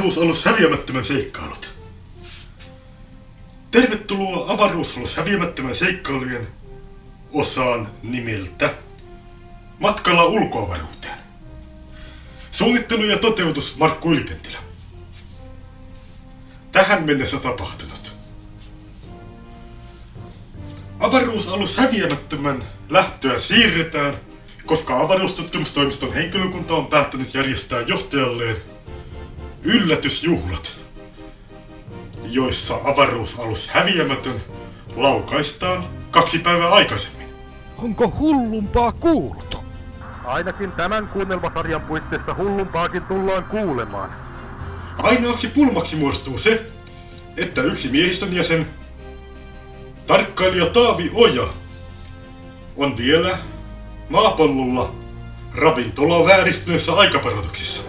Avaruusalus häviämättömän seikkailut. Tervetuloa Avaruusalus häviämättömän seikkailujen osaan nimeltä Matkalla ulkoavaruuteen. Suunnittelu ja toteutus Markku Ylipentilä. Tähän mennessä tapahtunut. Avaruusalus häviämättömän lähtöä siirretään, koska avaruustutkimustoimiston henkilökunta on päättänyt järjestää johtajalleen yllätysjuhlat, joissa avaruusalus häviämätön laukaistaan 2 päivää aikaisemmin. Onko hullumpaa kuultu? Ainakin tämän kuunnelmasarjan puitteissa hullumpaakin tullaan kuulemaan. Ainoaksi pulmaksi muodostuu se, että yksi miehistön jäsen, tarkkailija Taavi Oja, on vielä maapallolla ravintola vääristyneessä aikaparadoksissa.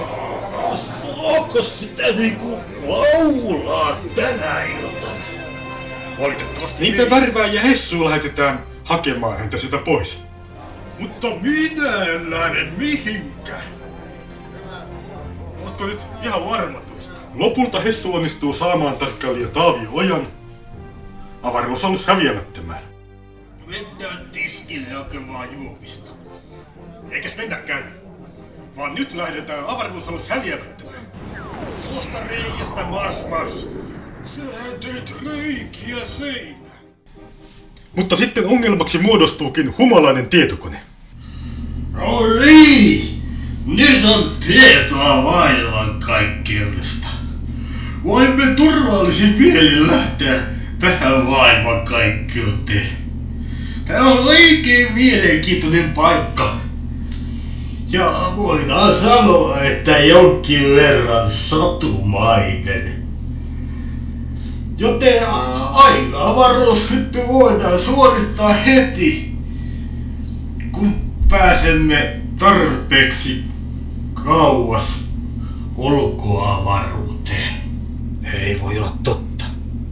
Onko sitä niinku laulaa tänä iltana? Valitettavasti. Niinpä Värvää ja Hessu lähetetään hakemaan häntä sitä pois. Mutta minä en lähde mihinkään. Oletko nyt ihan varma tuosta? Lopulta Hessu onnistuu saamaan tarkkailija Taavi Ojan avaruusalus häviämättömään. Mennään tiskille hakemaan juomista. Eikäs mennäkään, vaan nyt lähdetään avaruusalus häviämättömään. Tuosta reiästä mars. Sähän teet reikiä seinään. Mutta sitten ongelmaksi muodostuukin humalainen tietokone. No niin! Nyt on tietoa maailmankaikkeudesta. Voimme turvallisin mielin lähteä tähän maailmankaikkeuteen. Tämä on oikein mielenkiintoinen paikka. Ja voidaan sanoa, että jonkin verran satumainen. Joten aina avaruushyppy voidaan suorittaa heti, kun pääsemme tarpeeksi kauas ulkoavaruuteen. Ei voi olla totta.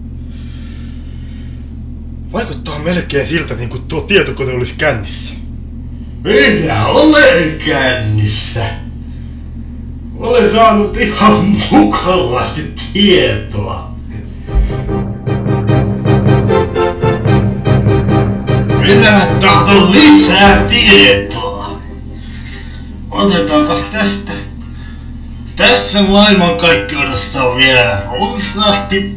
Vaikuttaa melkein siltä, niin kuin tuo tietokone olisi kännissä. Minä olen kännissä. Olen saanut ihan mukavasti tietoa. Minä tahdon lisää tietoa. Otetaanpas tästä. Tässä maailmankaikkeudessa on vielä runsaasti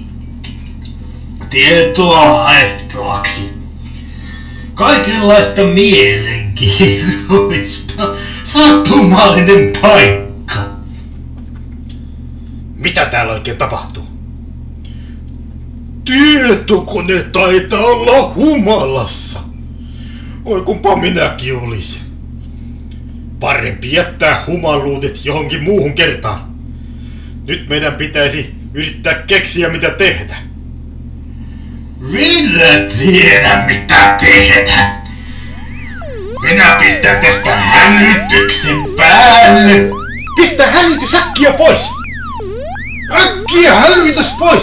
tietoa haettavaksi. Kaikenlaista mielenkiintoista. Sattumainen paikka. Mitä täällä oikein tapahtuu? Tietokone taitaa olla humalassa. Oi kumpa minäkin olisin. Parempi jättää humaluudet johonkin muuhun kertaan. Nyt meidän pitäisi yrittää keksiä mitä tehdä. Minä tiedän mitä tehdä. Minä pistän tästä hälytyksen päälle. Pistä hälytys äkkiä pois! Äkkiä hälytys pois!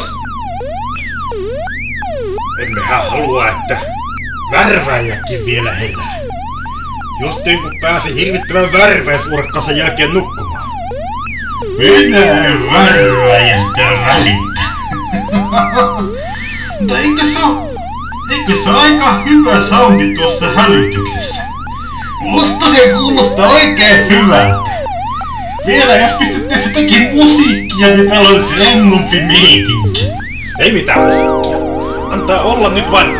Emmehän halua, että värväjäkin vielä herää. Jos kun pääsi hirvittävän värväisuorakkasen jälkeen nukkumaan. Minä en värväjästä välitä. Mutta eikö se aika hyvä soundi tuossa hälytyksessä? Musta se kuulostaa oikein hyvältä. Vielä jos pistettäisiin jotakin musiikkia, niin täällä olisi rennompi meininki. Ei mitään musiikkia. Antaa olla nyt vain.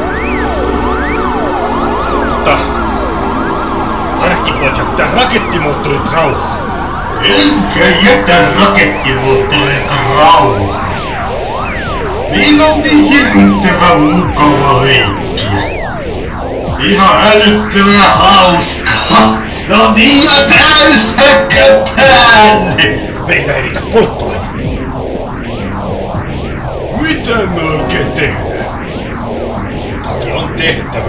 Mutta ainakin voit jättää rakettimoottorit rauhaan. Enkä jätä rakettimoottoreita rauhaan. Niin on niin hirvittävän mukava leikkiä. Ihan älyttömän hauskaa. No niin ja täysäkö päälle. Meillä ei riitä polttoaine. Mitä me oikein tehdään? Jotakin on tehtävä.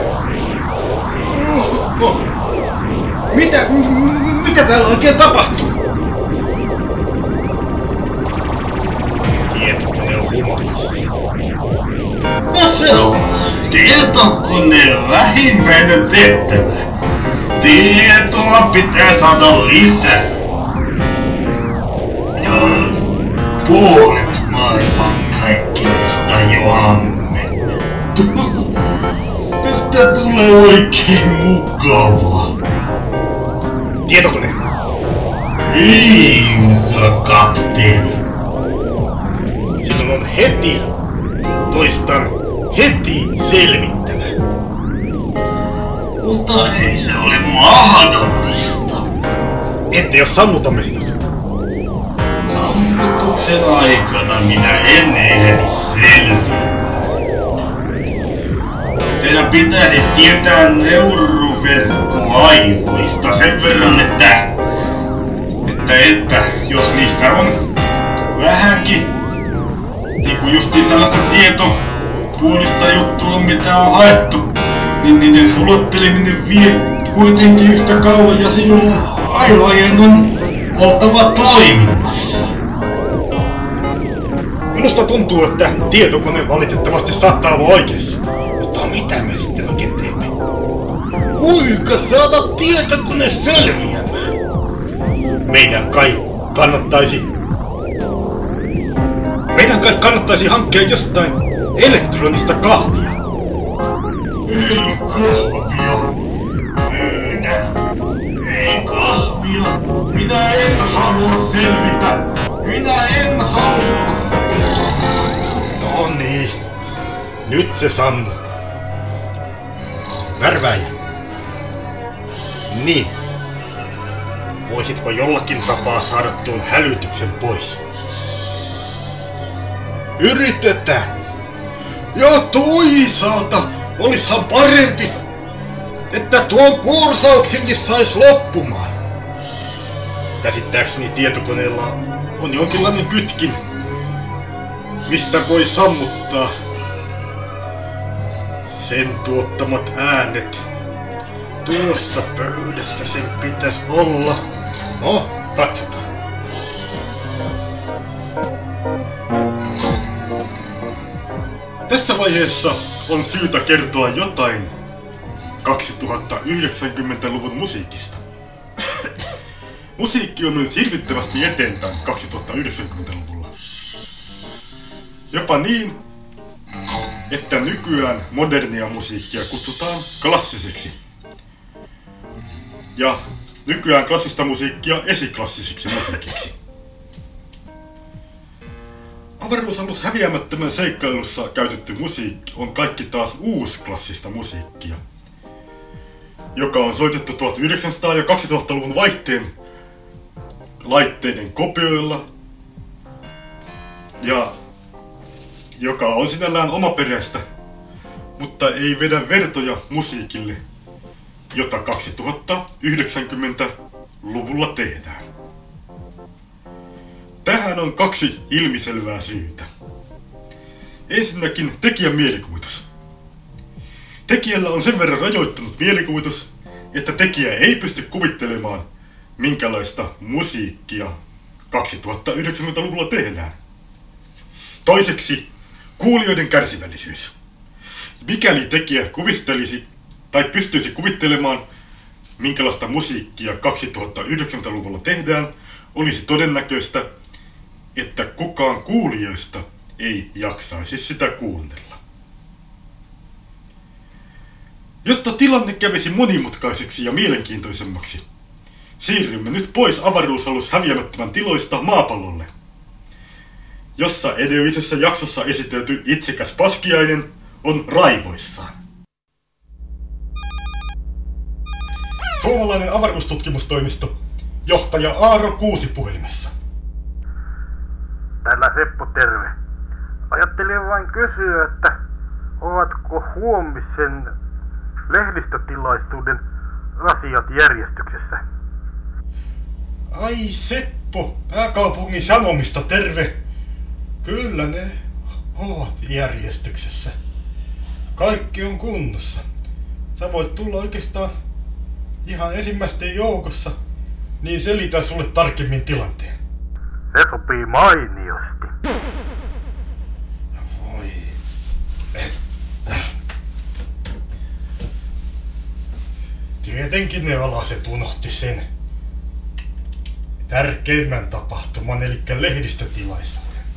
Mitä täällä oikein tapahtuu? Tietokone on humalassa. No se on tietokoneen vähimmäinen tehtävä. Tietoa pitää saada lisää. puolet maailmankaikkeudesta jo ammennettu. Tästä tulee oikein mukavaa. Tietokone. Hyvä kapteeni. Sinun on heti, toistan, heti selvittävä. Mutta ei se ole mahdollista. Entä jos sammutamme sinut? Sammutuksen aikana minä en ehdi selviämään. Teidän pitäisi tietää neuroverkkoaivoista sen verran, että jos niissä on vähänkin niinku justiin tällaista tietopuolista juttua, mitä on haettu, niin niiden sulotteleminen vie kuitenkin yhtä kauan ja silloin aivojen on oltava toiminnassa. Minusta tuntuu, että tietokone valitettavasti saattaa olla oikeassa. Mutta mitä me sitten oikein teemme? Kuinka saada tietokone selviämään? Meidän kai kannattaisi hankkia jostain elektronista kahvia. Ei kahvia. Ei kahvia. Minä en halua selvitä. Minä en halua. No niin. Nyt se sammuu. Värväjä. Niin. Voisitko jollakin tapaa saada tuon hälytyksen pois? Yritetään. Ja toisaalta olishan parempi, että tuon kursauksenkin sais loppumaan. Käsittääkseni tietokoneella on jonkinlainen kytkin, mistä voi sammuttaa sen tuottamat äänet. Tuossa pöydässä sen pitäisi olla. No, katsotaan. Tässä vaiheessa on syytä kertoa jotain 2090-luvun musiikista. Musiikki on mennyt hirvittävästi eteenpäin 2090-luvulla. Jopa niin, että nykyään modernia musiikkia kutsutaan klassiseksi. Ja nykyään klassista musiikkia esiklassisiksi musiikiksi. Avaruusalus häviämättömän seikkailussa käytetty musiikki on kaikki taas uusklassista musiikkia, joka on soitettu 1900- ja 2000-luvun vaihteen laitteiden kopioilla ja joka on sinällään omaperäistä, mutta ei vedä vertoja musiikille, jota 2090-luvulla tehdään. Tähän on kaksi ilmiselvää syytä. Ensinnäkin tekijän mielikuvitus. Tekijällä on sen verran rajoittunut mielikuvitus, että tekijä ei pysty kuvittelemaan, minkälaista musiikkia 2090-luvulla tehdään. Toiseksi, kuulijoiden kärsivällisyys. Mikäli tekijä kuvittelisi tai pystyisi kuvittelemaan, minkälaista musiikkia 2090-luvulla tehdään, olisi todennäköistä, että kukaan kuulijoista ei jaksaisi sitä kuunnella. Jotta tilanne kävisi monimutkaiseksi ja mielenkiintoisemmaksi, siirrymme nyt pois avaruusalus häviämättömän tiloista maapallolle, jossa edellisessä jaksossa esitelty itsekäs paskiainen on raivoissaan. Suomalainen avaruustutkimustoimisto, johtaja Aaro Kuusi puhelimessa. Täällä Seppo, terve. Ajattelin vain kysyä, että ovatko huomisen lehdistötilaisuuden asiat järjestyksessä? Ai Seppo, pääkaupungin sanomista, terve. Kyllä ne ovat järjestyksessä. Kaikki on kunnossa. Sä voit tulla oikeastaan ihan ensimmäisten joukossa, niin selitän sulle tarkemmin tilanteen. Se sopii mainiosti. Voi. Tietenkin ne alaset unohti sen tärkeimmän tapahtuman, eli lehdistötilaisuuden.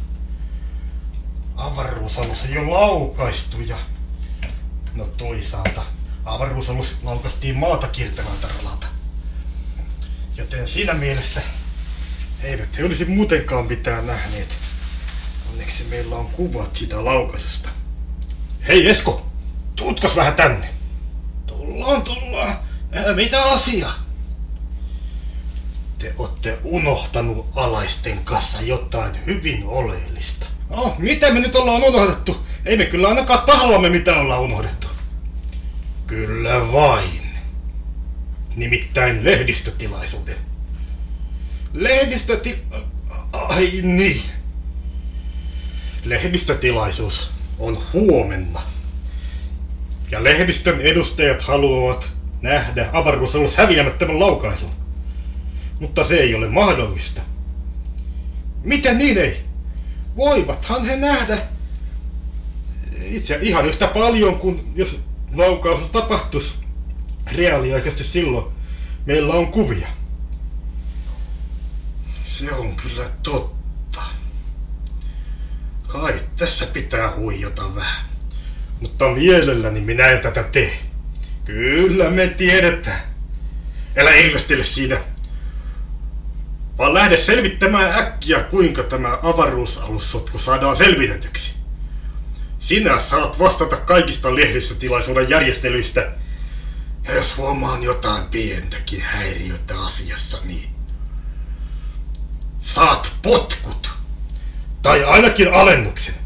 avaruusalus ei ole laukaistu ja... No toisaalta avaruusalus laukaistiin maata kiertävältä ralalta. Joten siinä mielessä eivät he olisi muutenkaan mitään nähneet. Onneksi meillä on kuvat sitä laukaisusta. Hei Esko, tuutkas vähän tänne. Tullaan. Mitä asiaa? Te ootte unohtanut alaisten kanssa jotain hyvin oleellista. No, mitä me nyt ollaan unohdettu? Ei me kyllä ainakaan tahallamme mitä ollaan unohdettu. Kyllä vain. Nimittäin lehdistötilaisuuden. Ai niin. Lehdistötilaisuus on huomenna. Ja lehdistön edustajat haluavat nähdä avaruusalus häviämättömän laukaisun. Mutta se ei ole mahdollista. Miten niin ei? Voivathan he nähdä itse ihan yhtä paljon kuin jos laukaus tapahtuisi reaaliaikaisesti silloin. Meillä on kuvia. Se on kyllä totta. Kai tässä pitää huijata vähän. Mutta mielelläni minä en tätä tee. Kyllä me tiedetään. Älä ilvestele siinä. Vaan lähde selvittämään äkkiä, kuinka tämä avaruusalussotku saadaan selvitetyksi. Sinä saat vastata kaikista lehdistötilaisuuden järjestelyistä. Ja jos huomaan jotain pientäkin häiriötä asiassa, niin saat potkut. Tai ainakin alennuksen.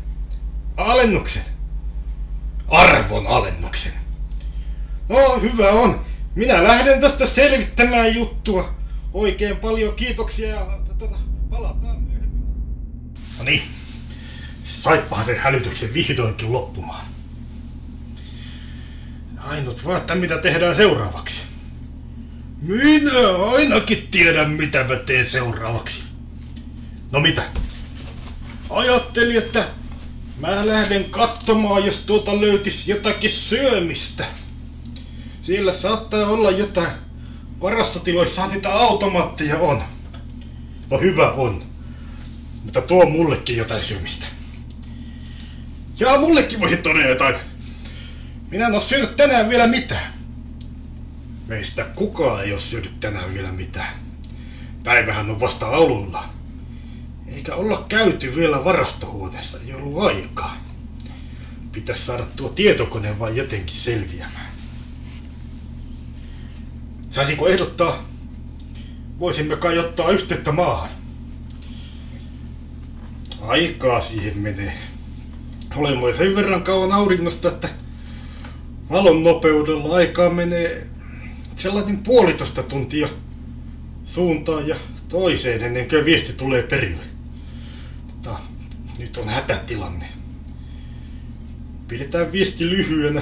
Arvon alennuksen. No hyvä on. Minä lähden tästä selvittämään juttua. Oikein paljon kiitoksia ja palataan myöhemmin. No niin. Saitpahan sen hälytyksen vihdoinkin loppumaan. Ainut vaan, että mitä tehdään seuraavaksi. Minä ainakin tiedän, mitä mä teen seuraavaksi. No mitä? Ajattelin, että mä lähden katsomaan, jos tuolta löytyisi jotakin syömistä. Siellä saattaa olla jotain. Varastotiloissahan niitä automaatteja on. No hyvä on. Mutta tuo mullekin jotain syömistä. Ja mullekin voisi todeta jotain. Minä en oo syönyt tänään vielä mitään. Meistä kukaan ei oo syönyt tänään vielä mitään. Päivähän on vasta alulla. Eikä olla käyty vielä varastohuoneessa, ei ollut aikaa. Pitäis saada tuo tietokone vaan jotenkin selviämään. Saisinko ehdottaa? Voisimme kai ottaa yhteyttä maahan. Aikaa siihen menee. Olemme sen verran kauan auringosta, että valon nopeudella aikaa menee sellainen 1,5 tuntia suuntaan ja toiseen ennen kuin viesti tulee perille. Mutta nyt on hätätilanne. Pidetään viesti lyhyenä.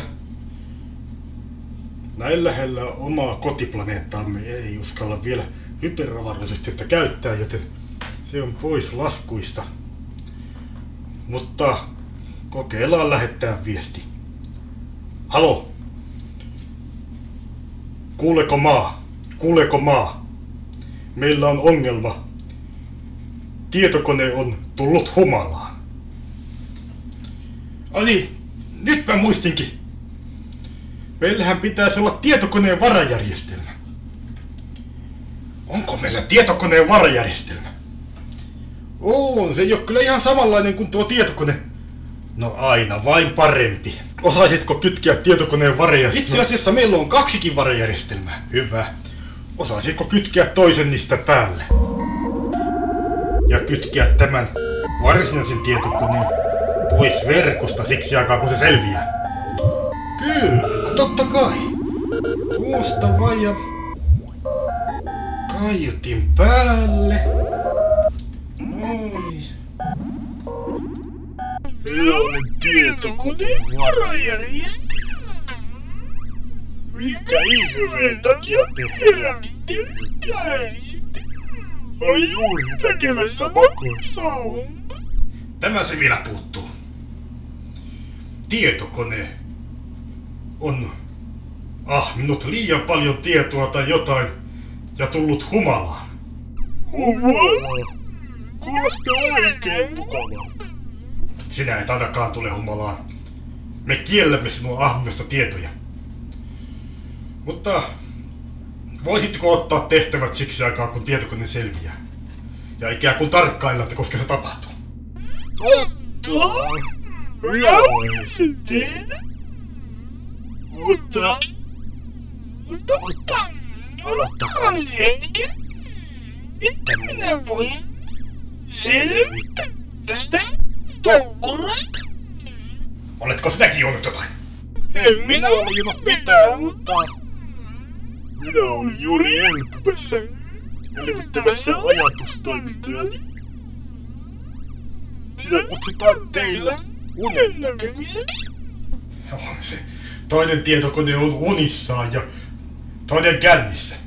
Näin lähellä omaa kotiplaneettaamme ei uskalla vielä hyperavaruusyhteyttä käyttää, joten se on pois laskuista. Mutta kokeillaan lähettää viesti. Halo? Kuuleeko maa? Meillä on ongelma. Tietokone on tullut humalaan. Niin, nyt mä muistinkin. Meillähän pitäisi olla tietokoneen varajärjestelmä. Onko meillä tietokoneen varajärjestelmä? On, se ei ole kyllä ihan samanlainen kuin tuo tietokone. No aina vain parempi. Osaisitko kytkeä tietokoneen varajärjestelmää? Itse asiassa meillä on 2 varajärjestelmää. Hyvä. Osaisitko kytkeä toisen niistä päälle? Ja kytkeä tämän varsinaisen tietokoneen pois verkosta siksi aikaa kun se selviää. Kyllä, totta kai. Tuosta vaan ja kaiutin päälle. Noin. Minä olen tietokoneen varajärjestelmä. Mikä ihmeen takia te herätitte ja äänisitte? Oli juuri näkemässä makuisaunta. Tämä se vielä puuttuu. Tietokone on ahminut liian paljon tietoa tai jotain ja tullut humalaan. Humala? Kuulostaa oikein mukavalta. Sinä et ainakaan tule humalaan. Me kiellämme sinua ahmiosta tietoja. Mutta voisitko ottaa tehtävät siksi aikaa, kun tietokone selviää? Ja ikään kuin tarkkailla, että koska se tapahtuu. Totta. Minä voin sen tehdä. Mutta... Odottakaa nyt hetken. Että minä voin selvitä tästä tokkurasta. Oletko sinäkin juonut jotain? En minä ole juonut mitään, mutta... Minä olin juuri elpymässä. Elvyttämässä ajatustoimintojani. Sitä kutsutaan teillä unen näkemiseksi. On se. Toinen tietokone on unissaan ja toinen kännissä.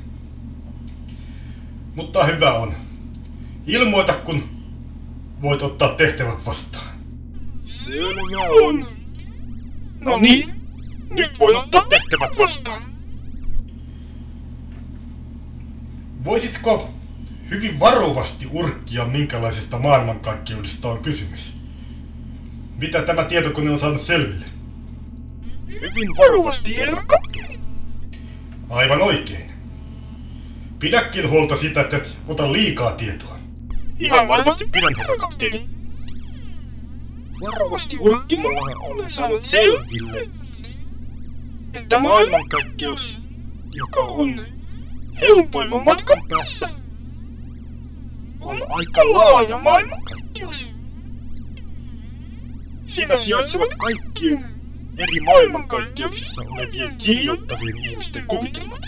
Mutta hyvä on. Ilmoita, kun voit ottaa tehtävät vastaan. Selvä on. No niin, nyt voin ottaa tehtävät vastaan. Voisitko hyvin varovasti urkkia, minkälaisesta maailmankaikkeudesta on kysymys? Mitä tämä tietokone on saanut selville? Hyvin varovasti, herra kapteeni. Aivan oikein. Pidäkin huolta sitä, että et ota liikaa tietoa. Ihan varmasti pidän, herra kapteeni. Varovasti urkkimalla olen saanut selville, että maailmankaikkeus, joka on helpoimman matkan päässä, on aika laaja maailmankaikkeus. Siinä sijaitsevat kaikkien eri maailmankaikkeuksissa olevien kirjoittavien ihmisten kuvitelmat.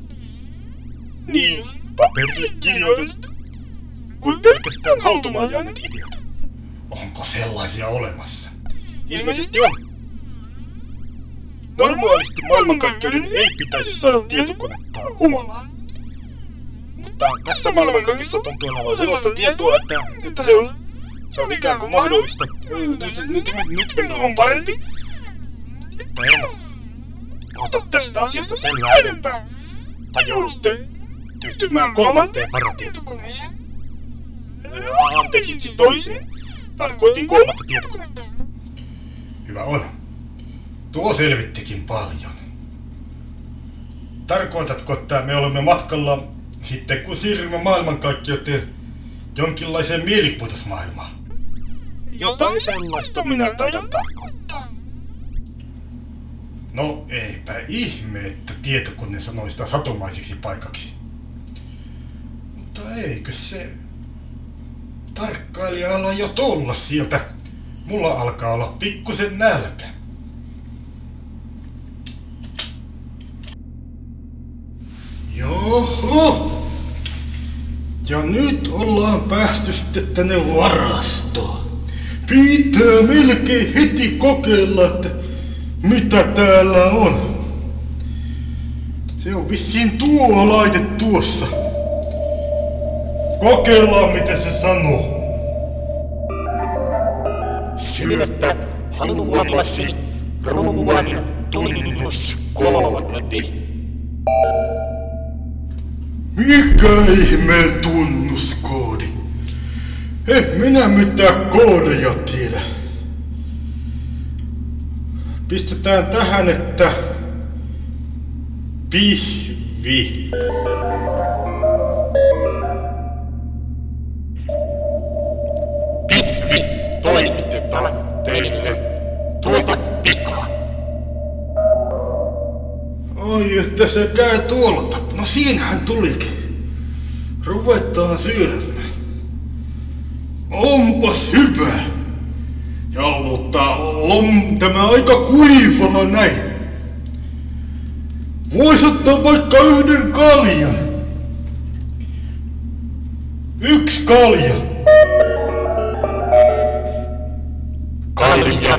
Niin paperille kirjoitetut, kuin pelkästään hautumaan jääneet ideat. Onko sellaisia olemassa? Ilmeisesti on. Normaalisti maailmankaikkeuden ei pitäisi saada tietokonetta humalaan. Mutta tässä maailmankaikkeudessa tuntuu olevan sellaista tietoa, että se on ikään kuin mahdollista. Nyt minun on parempi, että en ota tästä asiasta selvää enempää. Tai joudutte tyhtymään kolmanteen varatietokoneeseen. Anteeksi, siis toiseen. Tarkoitin kolmatta tietokonetta. Hyvä on. Tuo selvittikin paljon. Tarkoitatko, että me olemme matkalla sitten kun siirrymme maailmankaikkeuteen jonkinlaiseen mielikuvitusmaailmaan? Jotain sellaista minä taidan tarkoittaa. No eipä ihme, että tietokone sanoi sitä satumaiseksi paikaksi. Mutta eikö se tarkkailija ala jo tulla sieltä? Mulla alkaa olla pikkusen nälkä. Joho! Ja nyt ollaan päästy sitten tänne varastoon. Pitää melkein heti kokeilla, että mitä täällä on. Se on vissiin tuo laite tuossa. Kokeillaan mitä se sanoo. Syötä haluamasi ruuan tunnuskoodi. Mikä ihmeen tunnuskoodi? En minä mitään koodeja tiedä. Pistetään tähän, että pihvi. Pihvi toimitetaan teille tuota pikaa. Ai, että se käy tuolla. No siinähän tulikin. Ruvetaan syömään. Onpas hyvä. Joo, mutta on tämä aika kuivaa näin. Vois ottaa vaikka yhden kaljan. Yksi kalja. Kalja.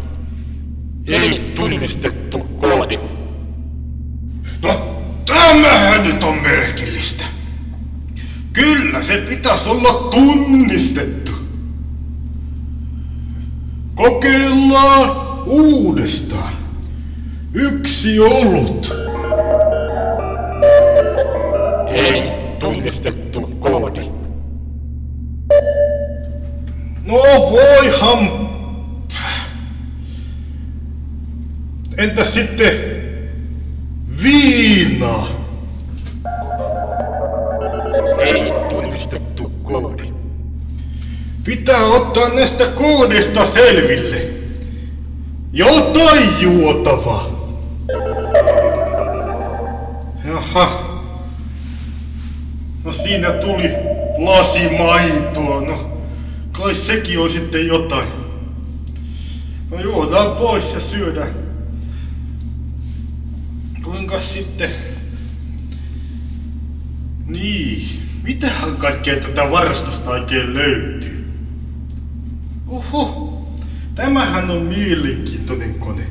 Ei tunnistettu koodi. No, tämähän nyt on merkillistä. Kyllä, se pitäisi olla tunnistettu. Kokeillaan uudestaan. Yksi olut. Ei tunnistettu koodi. No voihan Entäs sitten viina? Ei tunnistettu koodi. Pitää ottaa näistä koodeista selville. Jotain juotava. Jaha. No siinä tuli lasi maitoa. No kai sekin on sitten jotain. No juodaan pois ja syödään. Kuinka sitten? Niin. Mitähän kaikkea tätä varastosta oikein löytyy? Oho. Tämähän on mielenkiintoinen kone.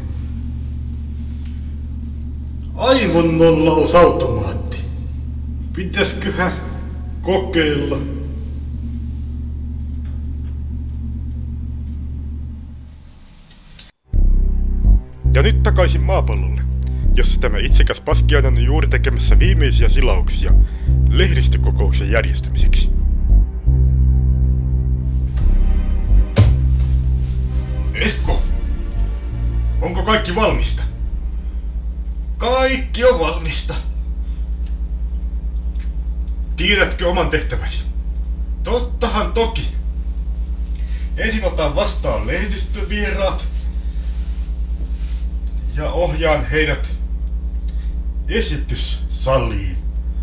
Aivonnollausautomaatti. Pitäisköhän kokeilla? Ja nyt takaisin maapallolle, jossa tämä itsekäs paskiainen on juuri tekemässä viimeisiä silauksia lehdistökokouksen järjestämiseksi. Esko, onko kaikki valmista? Kaikki on valmista. Tiedätkö oman tehtäväsi? Tottahan toki. Ensin otan vastaan lehdistövieraat ja ohjaan heidät esityssaliin,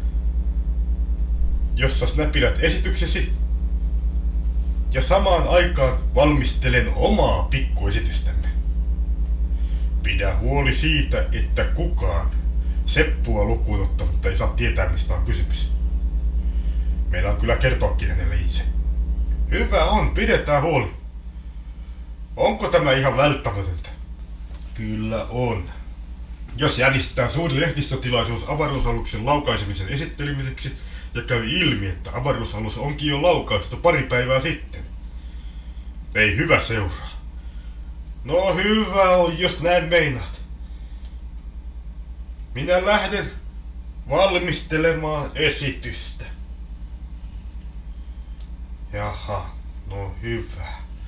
jossa sinä pidät esityksesi ja samaan aikaan valmistelen omaa pikkuesitystämme. Pidä huoli siitä, että kukaan Seppua lukuun ottamatta ei saa tietää, mistä on kysymys. Meillä on kyllä kertoakin hänelle itse. Hyvä on, pidetään huoli. Onko tämä ihan välttämätöntä? Kyllä on. Jos järjestetään suuri lehdistötilaisuus avaruusaluksen laukaisemisen esittelemiseksi ja käy ilmi, että avaruusalus onkin jo laukaistu pari päivää sitten, ei hyvä seuraa. No hyvä on, jos näin meinaat. Minä lähden valmistelemaan esitystä. Jaha, no hyvä.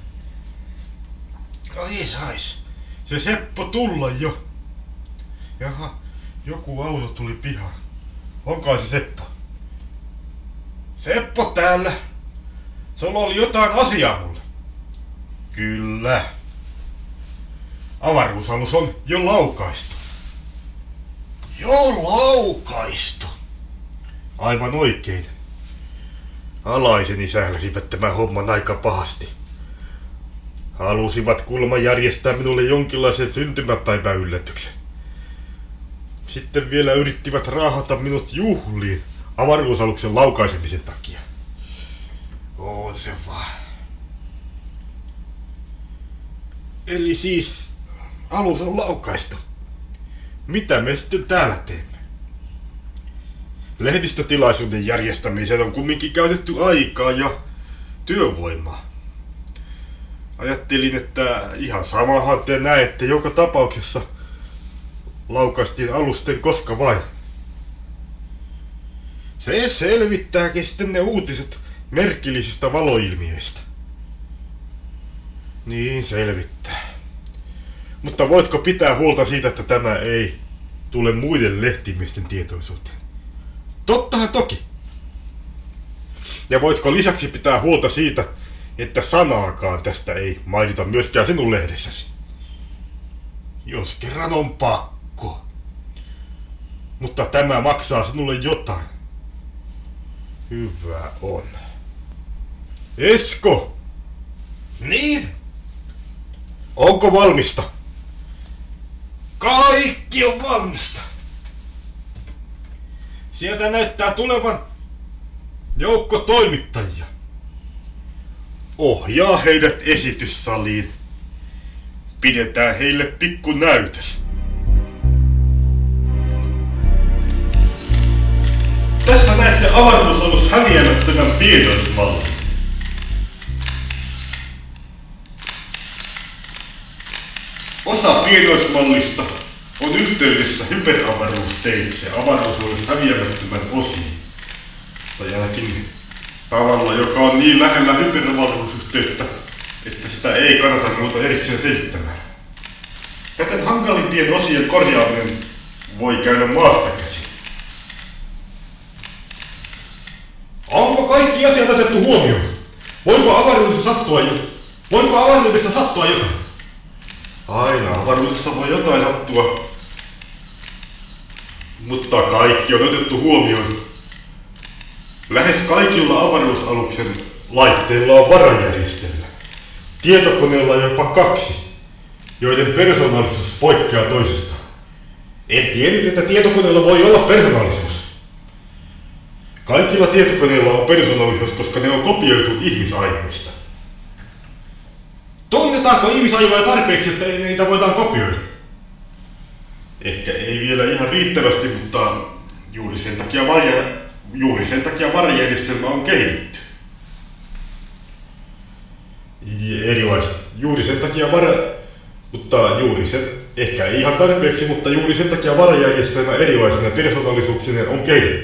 No ei sais. Se Seppo tulla jo. Jaha, joku auto tuli pihaan. Onkaan se Seppo? Seppo täällä. Sulla oli jotain asiaa mulle. Kyllä. Avaruusalus on jo laukaistu. Jo laukaistu? Aivan oikein. Alaiseni sähläsivät tämän homman aika pahasti. Halusivat kuulemma järjestää minulle jonkinlaisen syntymäpäiväyllätyksen. Sitten vielä yrittivät raahata minut juhliin avaruusaluksen laukaisemisen takia. On se vaan. Eli siis alus on laukaistu. Mitä me sitten täällä teemme? Lehdistötilaisuuden järjestämiseen on kumminkin käytetty aikaa ja työvoimaa. Ajattelin, että ihan samahan te näette joka tapauksessa. Laukaistiin alusten koska vain. Se selvittääkin sitten ne uutiset merkillisistä valoilmiöistä. Niin selvittää. Mutta voitko pitää huolta siitä, että tämä ei tule muiden lehtimiesten tietoisuuteen? Tottahan toki. Ja voitko lisäksi pitää huolta siitä, että sanaakaan tästä ei mainita myöskään sinun lehdessäsi? Jos kerran on pakko. Mutta tämä maksaa sinulle jotain. Hyvä on. Esko! Niin? Onko valmista? Kaikki on valmista. Sieltä näyttää tulevan joukko toimittajia. Ohjaa heidät esityssaliin. Pidetään heille pikku näytös. Tässä näette avaruusalus häviämättömän pienoismallin. Osa pienoismallista on yhteydessä hyperavaruusteitse avaruusalus häviämättömän osiin. Tai ainakin tavalla, joka on niin lähellä hyperavaruusyhteyttä, että sitä ei kannata ruveta erikseen selittämään. Täten hankalimpien osien korjaaminen voi käydä maasta käsin. Onko kaikki asiat otettu huomioon? Voiko avaruudessa sattua jotain? Aina avaruudessa voi jotain sattua. Mutta kaikki on otettu huomioon. Lähes kaikilla avaruusaluksen laitteilla on varajärjestelmä. Tietokoneella on jopa 2, joiden persoonallisuus poikkeaa toisistaan. En tiennyt, että tietokoneella voi olla persoonallisuus. Kaikilla tietokoneilla on persoonallisuus, koska ne on kopioitu ihmisaivoista. Tunnetaanko ihmisaivoja tarpeeksi, että niitä voidaan kopioida? Ehkä ei vielä ihan riittävästi, mutta juuri sen takia varajärjestelmä on kehitetty. Ehkä ei ihan tarpeeksi, mutta juuri sen takia varajärjestelmä erilaisena persoonallisuuksineen on kehitetty.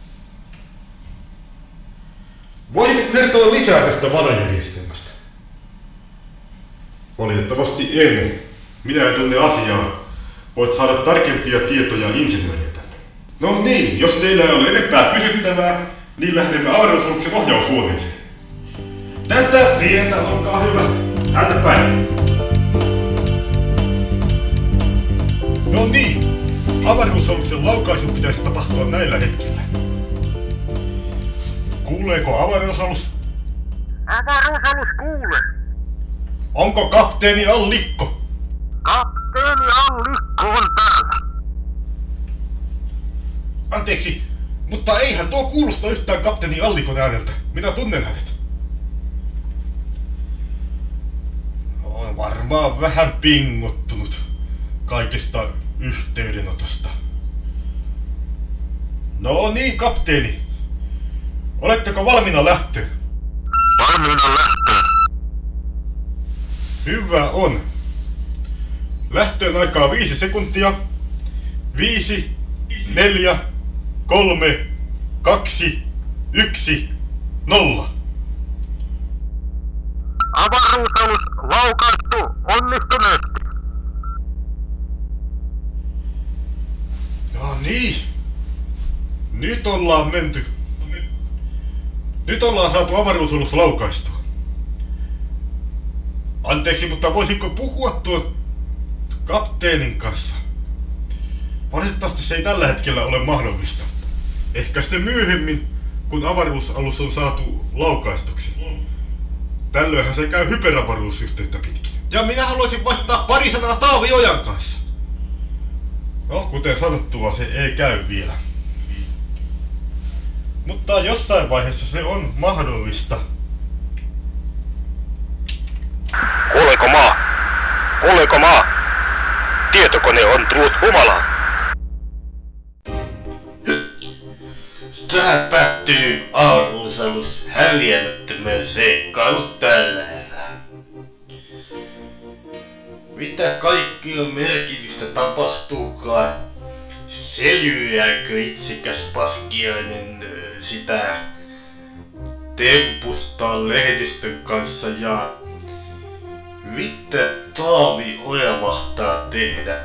Voitko kertoa lisää tästä varajärjestelmästä? Valitettavasti en. Minä en tunne asiaa. Voit saada tarkempia tietoja insinööriltä. No niin, jos teillä ei ole enempää kysyttävää, niin lähdemme avaruusaluksen ohjaushuoneeseen. Tätä tietä, olkaa hyvä. Täältä päin. No niin, avaruusaluksen laukaisun pitäisi tapahtua näillä hetkillä. Kuuleeko avaruusalus? Avaruusalus kuulee. Onko kapteeni Allikko? Kapteeni Allikko on täällä. Anteeksi, mutta eihän tuo kuulosta yhtään kapteeni Allikon ääneltä. Minä tunnen hänet. On varmaan vähän pingottunut kaikesta yhteydenotosta. No niin, kapteeni. Oletteko valmiina lähtöön? Valmiina lähtöön. Hyvä on. Lähtöön aikaa 5 sekuntia. 5, 4, 3, 2, 1, 0. Avaruusalus laukaistu onnistuneesti. No niin. Nyt ollaan menty. Nyt ollaan saatu avaruusalus laukaistua. Anteeksi, mutta voisinko puhua tuon kapteenin kanssa? Valitettavasti se ei tällä hetkellä ole mahdollista. Ehkä sitten myöhemmin, kun avaruusalus on saatu laukaistuksi. Tällöinhän se käy hyperavaruusyhteyttä pitkin. Ja minä haluaisin vaihtaa pari sanaa Taavi Ojan kanssa. No, kuten sanottua, se ei käy vielä. Mutta jossain vaiheessa se on mahdollista. Kuuleeko maa? Kuuleeko maa? Tietokone on tullut humalaan. Tähän päättyy avaruusalus häviämättömän seikkailut tällä erää. Mitä kaikkea merkitystä tapahtuukaan? Selviääkö itsekäs paskiainen sitä tempustaa lehdistön kanssa ja mitä Taavi Oja mahtaa tehdä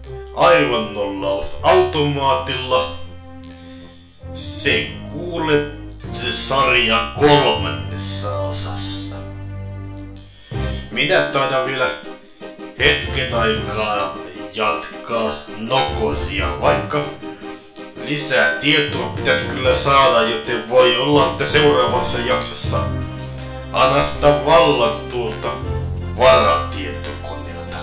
aivonnollausautomaatilla? Se kuulet sarjan 3. osassa. Minä taidan vielä hetken aikaa jatkaa nokosia, vaikka lisää tietoa pitäisi kyllä saada, joten voi olla, että seuraavassa jaksossa anasta vallan tuolta varatietokoneelta.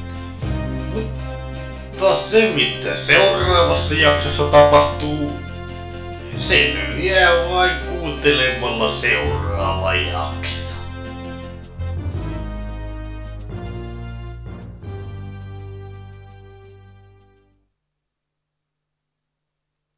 Mutta se mitä seuraavassa jaksossa tapahtuu, selviää vain kuuntelemalla seuraava jakso.